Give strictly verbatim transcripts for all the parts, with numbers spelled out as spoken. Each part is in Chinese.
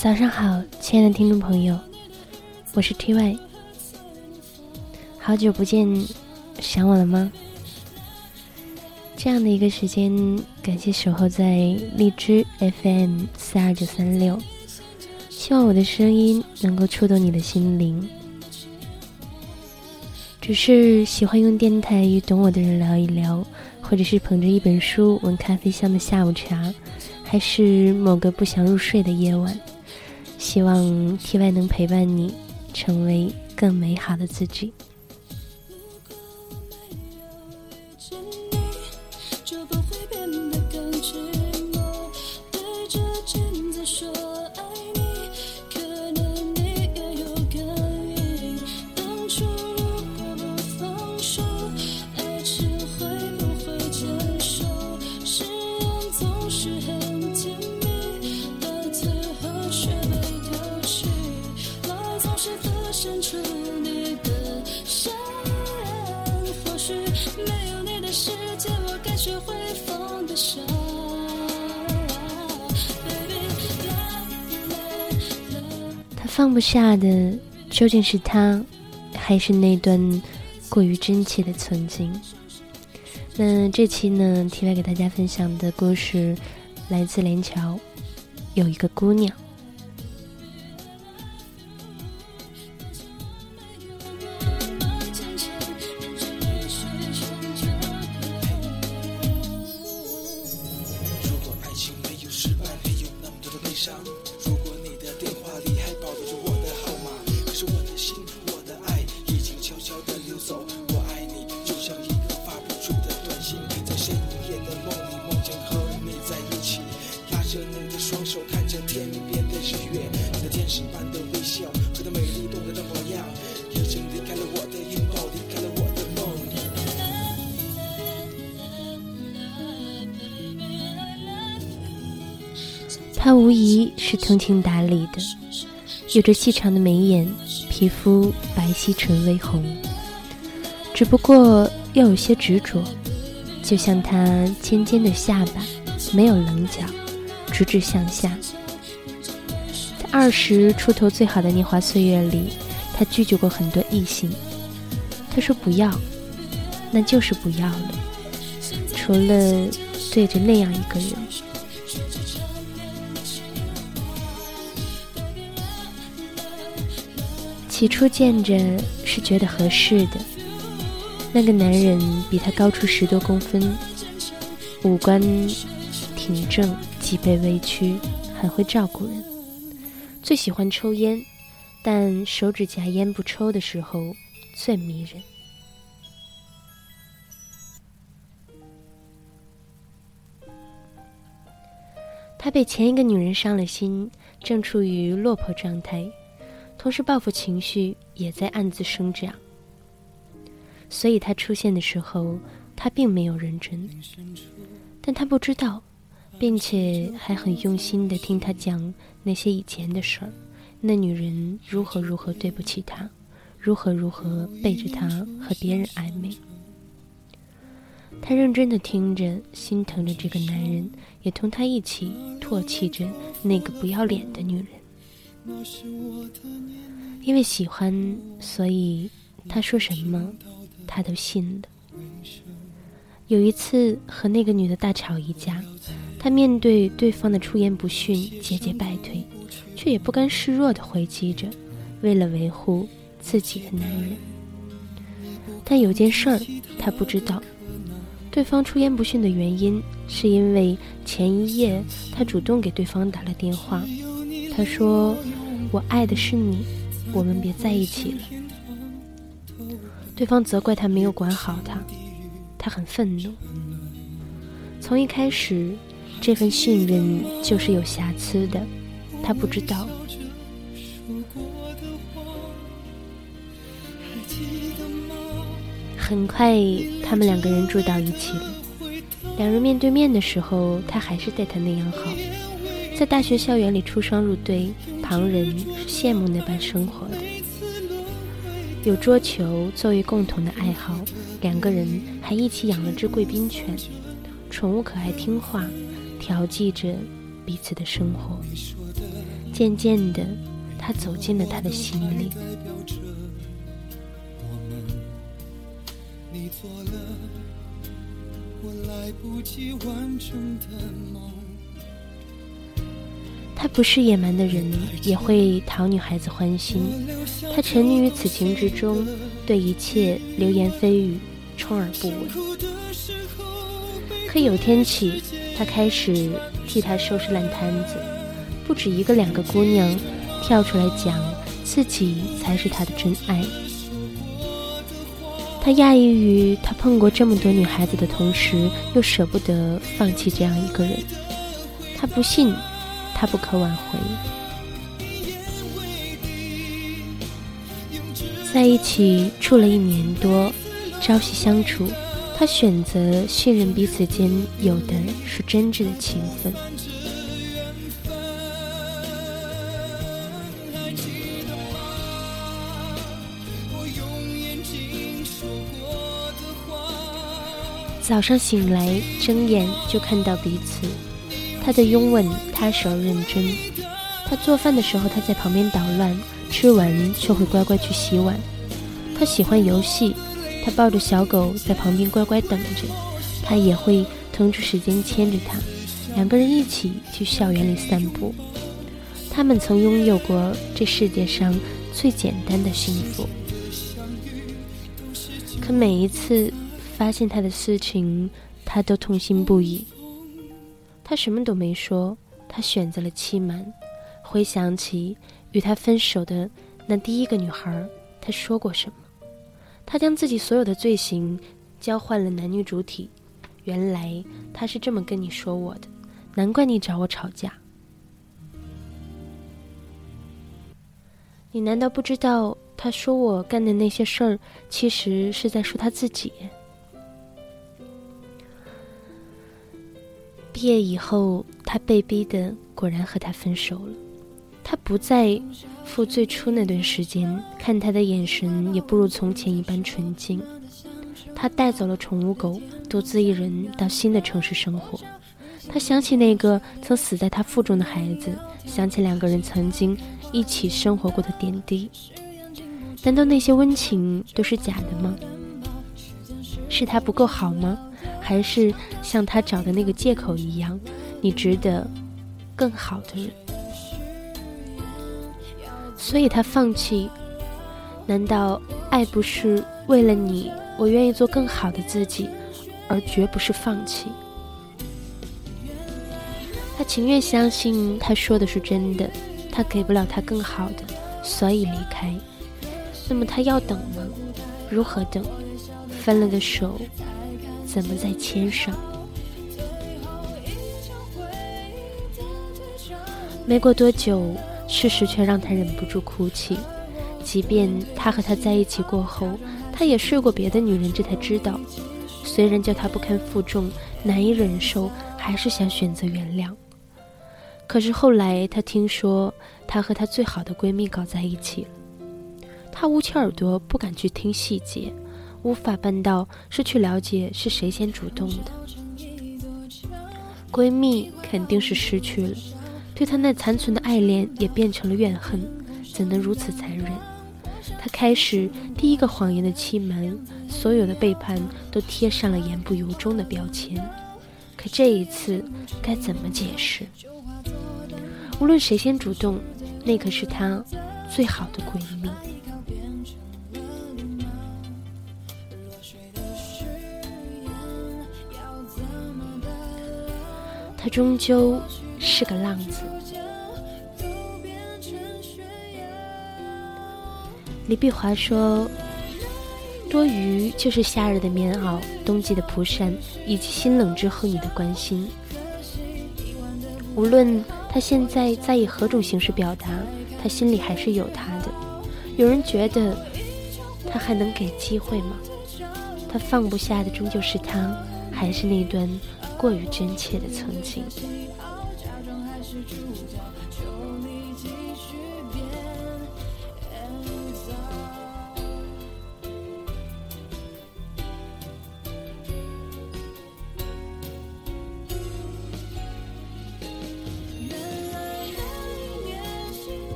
早上好，亲爱的听众朋友，我是 T Y。 好久不见，想我了吗？这样的一个时间，感谢守候在荔枝 F M 四二九三六，希望我的声音能够触动你的心灵。只是喜欢用电台与懂我的人聊一聊，或者是捧着一本书闻咖啡香的下午茶，还是某个不想入睡的夜晚，希望 T Y 能陪伴你成为更美好的自己。他放不下的究竟是他，还是那段过于真切的曾经？那这期呢 T Y 给大家分享的故事来自连桥，有一个姑娘。她无疑是通情达理的，有着细长的眉眼，皮肤白皙纯微红，只不过又有些执着，就像她尖尖的下巴没有棱角，直直向下。在二十出头最好的年华岁月里，她拒绝过很多异性，她说不要，那就是不要了，除了对着那样一个人。起初见着是觉得合适的，那个男人比他高出十多公分，五官挺正，脊背微曲，很会照顾人，最喜欢抽烟，但手指甲烟不抽的时候最迷人。他被前一个女人伤了心，正处于落魄状态，同时报复情绪也在暗自生长，所以他出现的时候，他并没有认真，但他不知道，并且还很用心地听他讲那些以前的事儿，那女人如何如何对不起他，如何如何背着他和别人暧昧。他认真地听着，心疼着这个男人，也同他一起唾弃着那个不要脸的女人。因为喜欢，所以他说什么他都信了。有一次和那个女的大吵一架，他面对对方的出言不逊节节败退，却也不甘示弱地回击着，为了维护自己的男人。但有件事儿他不知道，对方出言不逊的原因是因为前一夜他主动给对方打了电话，他说我爱的是你，我们别在一起了。对方责怪他没有管好他，他很愤怒。从一开始这份信任就是有瑕疵的，他不知道。很快他们两个人住到一起了，两人面对面的时候，他还是对他那样好，在大学校园里出双入对，旁人是羡慕那般生活的。有桌球作为共同的爱好，两个人还一起养了只贵宾犬，宠物可爱听话，调剂着彼此的生活。 渐渐的，他走进了他的心里。 你做了我来不及完成的梦。 他不是野蛮的人，也会讨女孩子欢心。他沉溺于此情之中，对一切流言蜚语充耳不闻。可有天起，他开始替他收拾烂摊子，不止一个两个姑娘跳出来讲自己才是他的真爱。他讶异于他碰过这么多女孩子的同时，又舍不得放弃这样一个人。他不信，他不可挽回。在一起处了一年多，朝夕相处，他选择信任彼此间有的是真挚的情分。早上醒来，睁眼就看到彼此。他的拥吻踏实而认真。他做饭的时候，他在旁边捣乱，吃完却会乖乖去洗碗。他喜欢游戏，他抱着小狗在旁边乖乖等着，他也会腾出时间牵着它，两个人一起去校园里散步。他们曾拥有过这世界上最简单的幸福。可每一次发现他的私情，他都痛心不已。他什么都没说，他选择了欺瞒。回想起与他分手的那第一个女孩，他说过什么？他将自己所有的罪行交换了男女主体。原来他是这么跟你说我的，难怪你找我吵架。你难道不知道他说我干的那些事儿，其实是在说他自己？毕业以后，他被逼的果然和他分手了。他不再复最初那段时间，看他的眼神也不如从前一般纯净。他带走了宠物狗，独自一人到新的城市生活。他想起那个曾死在他腹中的孩子，想起两个人曾经一起生活过的点滴。难道那些温情都是假的吗？是他不够好吗？还是像他找的那个借口一样，你值得更好的人？所以他放弃。难道爱不是为了你，我愿意做更好的自己，而绝不是放弃？他情愿相信他说的是真的，他给不了他更好的，所以离开。那么他要等吗？如何等？分了的手怎么再牵上？没过多久，事实却让他忍不住哭泣。即便他和他在一起过后，他也睡过别的女人，这才知道，虽然叫他不堪负重，难以忍受，还是想选择原谅。可是后来他听说他和他最好的闺蜜搞在一起了，他捂起耳朵不敢去听细节，无法办到是去了解是谁先主动的。闺蜜肯定是失去了，对她那残存的爱恋也变成了怨恨，怎能如此残忍？她开始第一个谎言的欺瞒，所有的背叛都贴上了言不由衷的标签。可这一次该怎么解释？无论谁先主动，那可是她最好的闺蜜。他终究是个浪子。李碧华说，多余就是夏日的棉袄，冬季的蒲扇，以及心冷之后你的关心。无论他现在在以何种形式表达，他心里还是有他的。有人觉得他还能给机会吗？他放不下的终究是他，还是那段过于真切的曾经。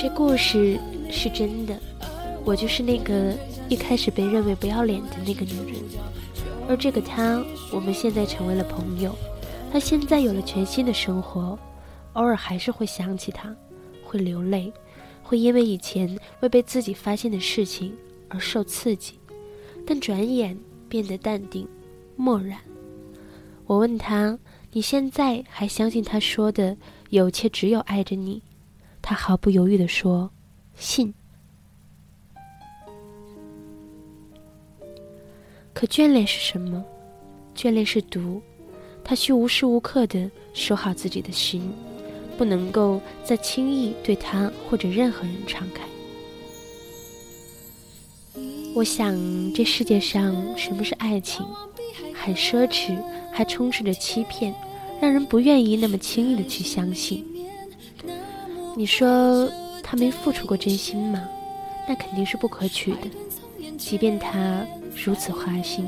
这故事是真的，我就是那个一开始被认为不要脸的那个女人，而这个她，我们现在成为了朋友。她现在有了全新的生活，偶尔还是会想起她，会流泪，会因为以前未被自己发现的事情而受刺激，但转眼变得淡定漠然。我问她，你现在还相信他说的有且只有爱着你？他毫不犹豫地说，信。可眷恋是什么？眷恋是毒，他需无时无刻地守好自己的心，不能够再轻易对他或者任何人敞开。我想这世界上什么是爱情？很奢侈，还充斥着欺骗，让人不愿意那么轻易的去相信。你说他没付出过真心吗？那肯定是不可取的，即便他如此花心。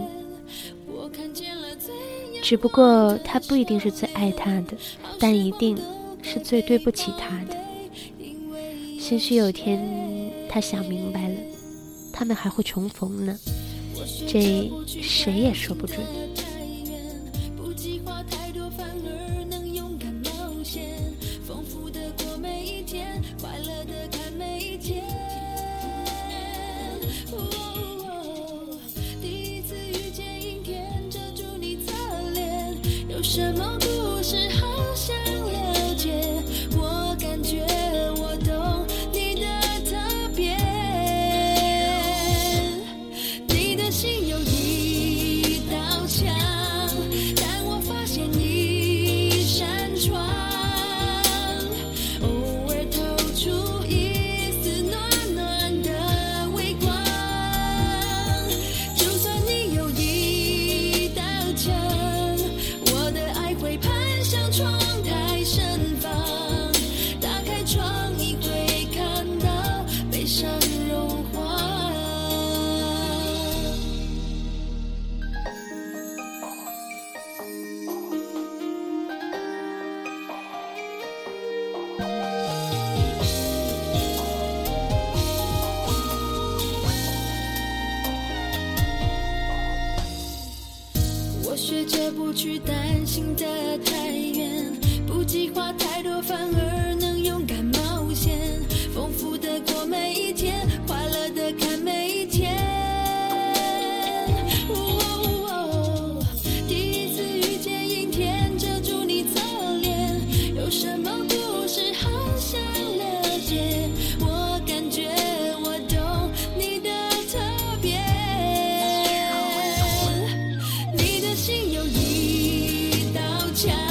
只不过他不一定是最爱他的，但一定是最对不起他的。兴许有天他想明白了，他们还会重逢呢，这谁也说不准。 有什么故事好想了解，我感觉我懂你的特别。你的心有一道墙，但我发现一扇窗，偶尔透出一丝暖暖的微光。就算你有一道墙，会攀向窗台盛放，打开窗你会看到悲伤融化。我学着不去担心的太远，不计划太多，反而能勇敢冒险，丰富的过每一天，快乐的看每一天。哦哦哦，第一次遇见阴天，遮住你侧脸，有什么故事好想了解，我感觉我懂你的特别。心有一道墙，